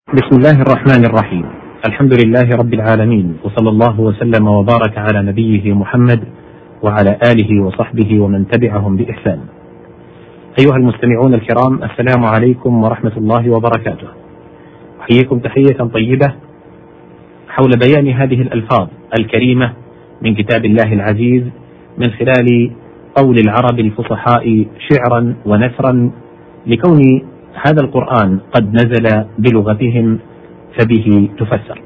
بسم الله الرحمن الرحيم. الحمد لله رب العالمين، وصلى الله وسلم وبارك على نبيه محمد وعلى آله وصحبه ومن تبعهم بإحسان. أيها المستمعون الكرام، السلام عليكم ورحمة الله وبركاته. أحييكم تحية طيبة حول بيان هذه الألفاظ الكريمة من كتاب الله العزيز من خلال قول العرب الفصحاء شعرا ونثرا، لكون هذا القرآن قد نزل بلغتهم فبه تفسر.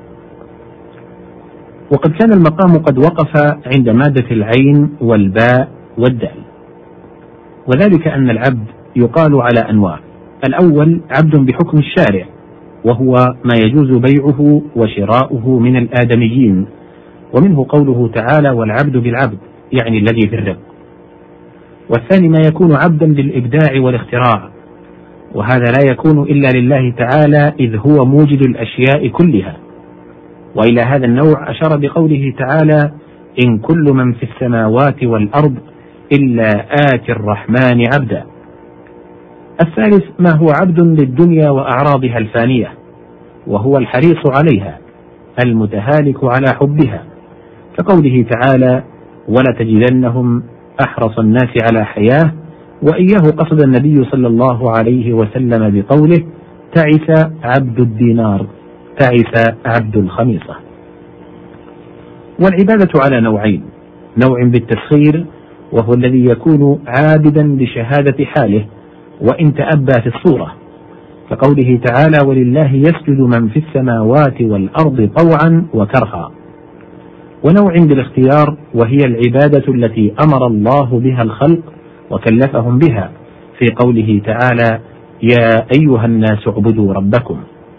وقد كان المقام قد وقف عند مادة العين والباء والدال، وذلك أن العبد يقال على أنواع. الأول عبد بحكم الشارع، وهو ما يجوز بيعه وشراؤه من الآدميين، ومنه قوله تعالى: والعبد بالعبد، يعني الذي في الرق. والثاني ما يكون عبدا بالإبداع والاختراع، وهذا لا يكون إلا لله تعالى إذ هو موجد الأشياء كلها. وإلى هذا النوع أشار بقوله تعالى: إن كل من في السماوات والأرض إلا آتي الرحمن عبدا. الثالث ما هو عبد للدنيا وأعراضها الفانية، وهو الحريص عليها المتهالك على حبها، كقوله تعالى: ولتجدنهم أحرص الناس على حياة. وإياه قصد النبي صلى الله عليه وسلم بقوله: تعس عبد الدينار، تعس عبد الخميصة. والعبادة على نوعين: نوع بالتسخير، وهو الذي يكون عابدا بشهادة حاله وإن تأبى في الصورة، كقوله تعالى: ولله يسجد من في السماوات والأرض طوعا وكرها. ونوع بالاختيار، وهي العبادة التي أمر الله بها الخلق وكلفهم بها، في قوله تعالى: يا أيها الناس اعبدوا ربكم.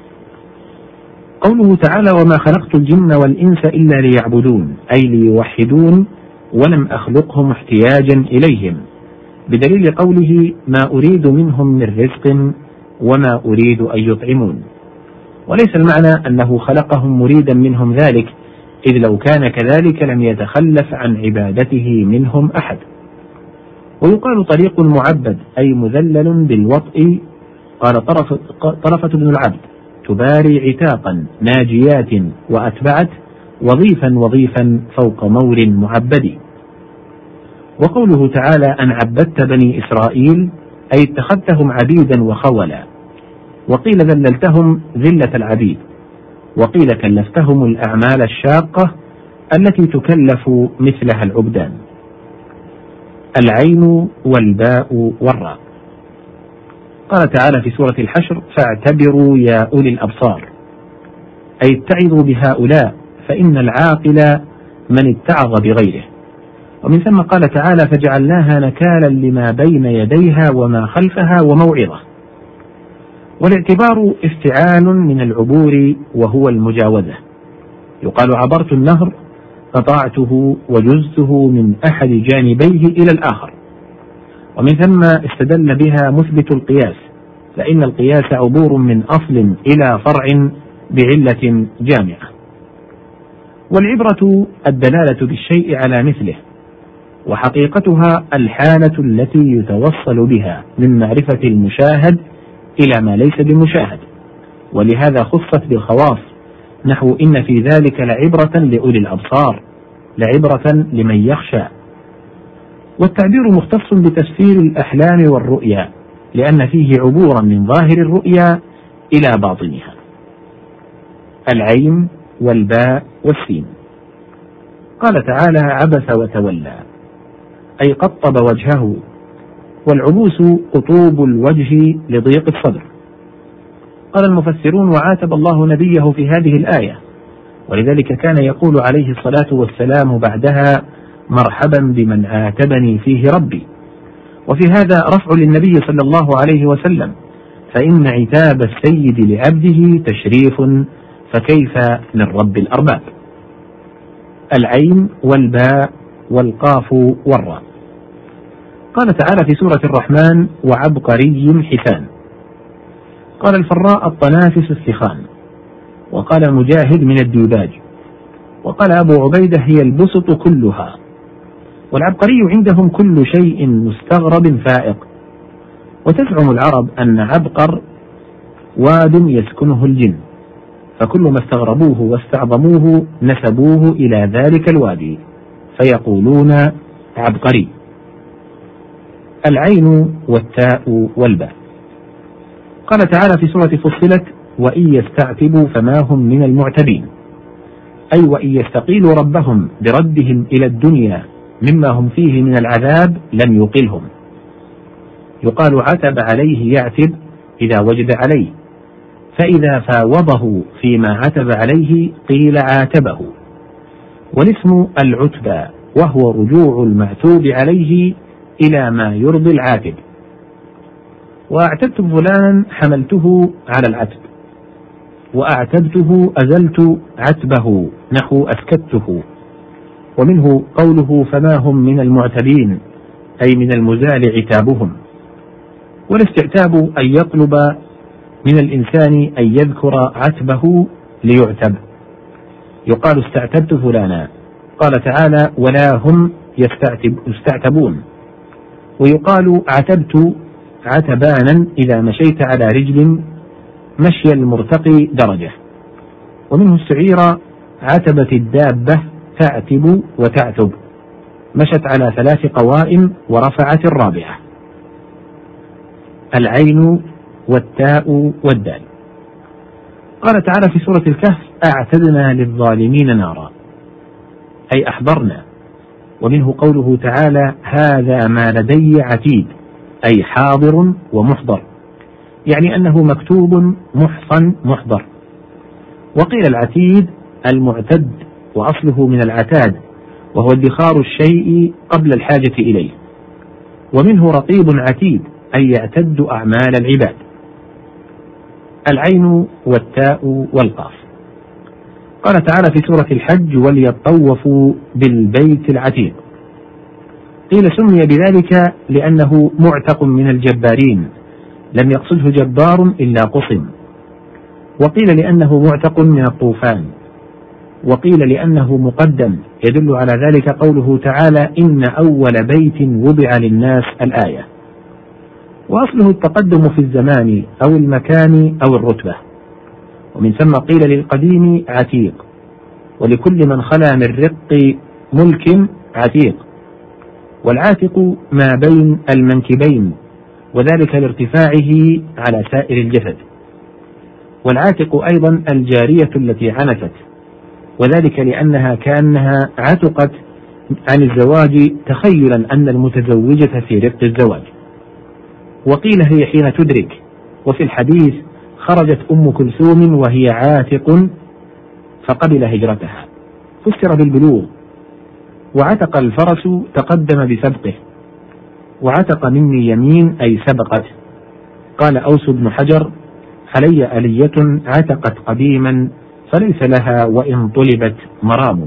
قوله تعالى: وما خلقت الجن والإنس إلا ليعبدون، أي ليوحدون، ولم أخلقهم احتياجا إليهم، بدليل قوله: ما أريد منهم من رزق وما أريد أن يطعمون. وليس المعنى أنه خلقهم مريدا منهم ذلك، إذ لو كان كذلك لم يتخلف عن عبادته منهم أحد. ويقال طريق معبد، أي مذلل بالوطء. قال طرفة بن العبد: تباري عتاقا ناجيات وأتبعت وظيفا فوق مور معبد. وقوله تعالى: أن عبدت بني إسرائيل، أي اتخذتهم عبيدا وخولا. وقيل ذللتهم ذلة العبيد، وقيل كلفتهم الأعمال الشاقة التي تكلف مثلها العبدان. العين والباء والراء. قال تعالى في سورة الحشر: فاعتبروا يا أولي الأبصار، أي اتعظوا بهؤلاء، فإن العاقل من اتعظ بغيره. ومن ثم قال تعالى: فجعلناها نكالا لما بين يديها وما خلفها وموعظة. والاعتبار افتعال من العبور، وهو المجاوزة. يقال: عبرت النهر، قطعته وجزته من أحد جانبيه إلى الآخر. ومن ثم استدل بها مثبت القياس، فإن القياس عبور من أصل إلى فرع بعلة جامعة. والعبرة الدلالة بالشيء على مثله، وحقيقتها الحالة التي يتوصل بها من معرفة المشاهد إلى ما ليس بمشاهد، ولهذا خصت بالخواص، نحو: إن في ذلك لعبرة لأولي الأبصار، لعبرة لمن يخشى. والتعبير مختص بتفسير الأحلام والرؤيا، لأن فيه عبورا من ظاهر الرؤيا إلى باطنها. العين والباء والسين. قال تعالى: عبس وتولى، أي قطب وجهه. والعبوس قطوب الوجه لضيق الصدر. قال المفسرون: وعاتب الله نبيه في هذه الآية، ولذلك كان يقول عليه الصلاة والسلام بعدها: مرحبا بمن عاتبني فيه ربي. وفي هذا رفع للنبي صلى الله عليه وسلم، فإن عتاب السيد لعبده تشريف، فكيف من رب الأرباب. العين والباء والقاف والراء. قال تعالى في سورة الرحمن: وعبقري حسان. قال الفراء: الطنافس السخان. وقال مجاهد: من الديباج. وقال أبو عبيدة: هي البسط كلها. والعبقري عندهم كل شيء مستغرب فائق. وتزعم العرب أن عبقر واد يسكنه الجن، فكل ما استغربوه واستعظموه نسبوه إلى ذلك الوادي فيقولون عبقري. العين والتاء والباء. قال تعالى في سورة فصلت: وإن يستعتبوا فما هم من المعتبين، أي وإن يستقيلوا ربهم بردهم إلى الدنيا مما هم فيه من العذاب لم يقلهم. يقال عتب عليه يعتب إذا وجد عليه، فإذا فاوضه فيما عتب عليه قيل عاتبه. والاسم العتبى، وهو رجوع المعتوب عليه إلى ما يرضي العاتب. وأعتبت فلانا حملته على العتب، وأعتبته أزلت عتبه نحو أسكته. ومنه قوله فما هم من المعتبين، أي من المزال عتابهم. والاستعتاب أن يطلب من الإنسان أن يذكر عتبه ليعتب. يقال استعتبت فلانا. قال تعالى: ولا هم يستعتبون. ويقال عتبت عتبانا إذا مشيت على رجل مشي المرتقي درجة. ومنه استعير عتبت الدابة تعتب وتعتب، مشت على 3 قوائم ورفعت الرابعة. العين والتاء والدال. قال تعالى في سورة الكهف: أعتدنا للظالمين نارا، أي أحضرنا. ومنه قوله تعالى: هذا ما لدي عتيد، أي حاضر ومحضر، يعني أنه مكتوب محصن محضر. وقيل العتيد المعتد، وأصله من العتاد، وهو ادخار الشيء قبل الحاجة إليه. ومنه رقيب عتيد، أي يعتد أعمال العباد. العين والتاء والقاف. قال تعالى في سورة الحج: وليطوفوا بالبيت العتيق. قيل سمي بذلك لأنه معتق من الجبارين، لم يقصده جبار إلا قصم. وقيل لأنه معتق من الطوفان. وقيل لأنه مقدم، يدل على ذلك قوله تعالى: إن أول بيت وضع للناس الآية. وأصله التقدم في الزمان أو المكان أو الرتبة. ومن ثم قيل للقديم عتيق، ولكل من خلا من رق ملك عتيق. والعاتق ما بين المنكبين، وذلك لارتفاعه على سائر الجسد. والعاتق أيضا الجارية التي عنست، وذلك لأنها كأنها عتقت عن الزواج تخيلا أن المتزوجة في رق الزواج. وقيل هي حين تدرك. وفي الحديث: خرجت أم كلثوم وهي عاتق فقبل هجرتها، فسر بالبلوغ. وعتق الفرس تقدم بسبقه، وعتق مني يمين أي سبقت. قال أوس بن حجر: علي ألية عتقت قديما فليس لها وإن طلبت مرام.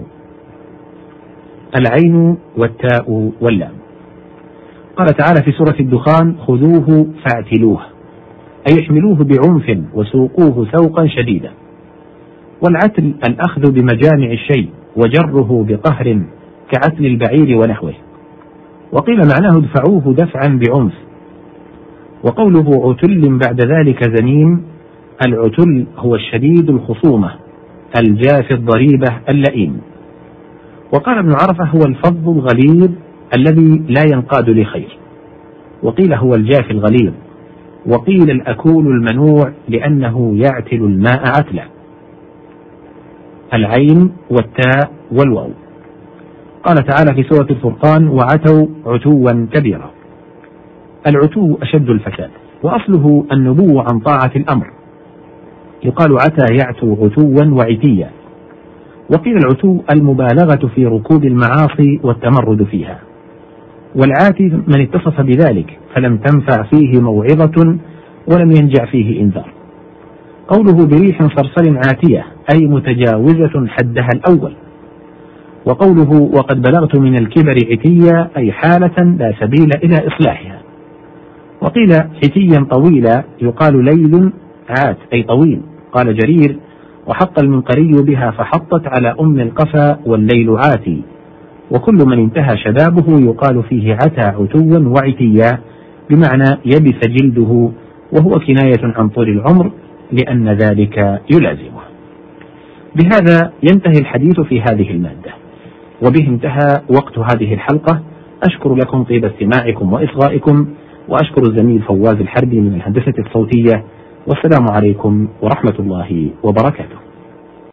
العين والتاء واللام. قال تعالى في سورة الدخان: خذوه فاعتلوه، أي احملوه بعنف وسوقوه سوقا شديدا. والعتل الأخذ بمجامع الشيء وجره بقهر كعتل البعير ونحوه. وقيل معناه ادفعوه دفعا بعنف. وقوله عتل بعد ذلك زنيم، العتل هو الشديد الخصومة الجاف الضريبة اللئيم. وقال ابن عرفة: هو الفظ الغليظ الذي لا ينقاد لخير. وقيل هو الجاف الغليظ. وقيل الأكول المنوع لأنه يعتل الماء عتلا. العين والتاء والواو. قال تعالى في سورة الفرقان: وعتوا عتوا كبيرا. العتو أشد الفساد، وأصله النبو عن طاعة الأمر. يقال عتى يعتو عتوا وعتيا. وقيل العتو المبالغة في ركوب المعاصي والتمرد فيها. والعاتي من اتصف بذلك فلم تنفع فيه موعظة ولم ينجع فيه إنذار. قوله بريح صرصر عاتية، أي متجاوزة حدها الأول. وقوله وقد بلغت من الكبر عتيا، أي حالة لا سبيل إلى إصلاحها. وقيل عتيا طويلا، يقال ليل عات أي طويل. قال جرير: وحط المنقري بها فحطت على أم القفا والليل عاتي. وكل من انتهى شبابه يقال فيه عتى عتوا وعتيا، بمعنى يبس جلده، وهو كناية عن طول العمر لأن ذلك يلازمه. بهذا ينتهي الحديث في هذه المادة، وبه انتهى وقت هذه الحلقة. أشكر لكم طيب استماعكم وإصغائكم، وأشكر الزميل فواز الحربي من الهندسة الصوتية، والسلام عليكم ورحمة الله وبركاته.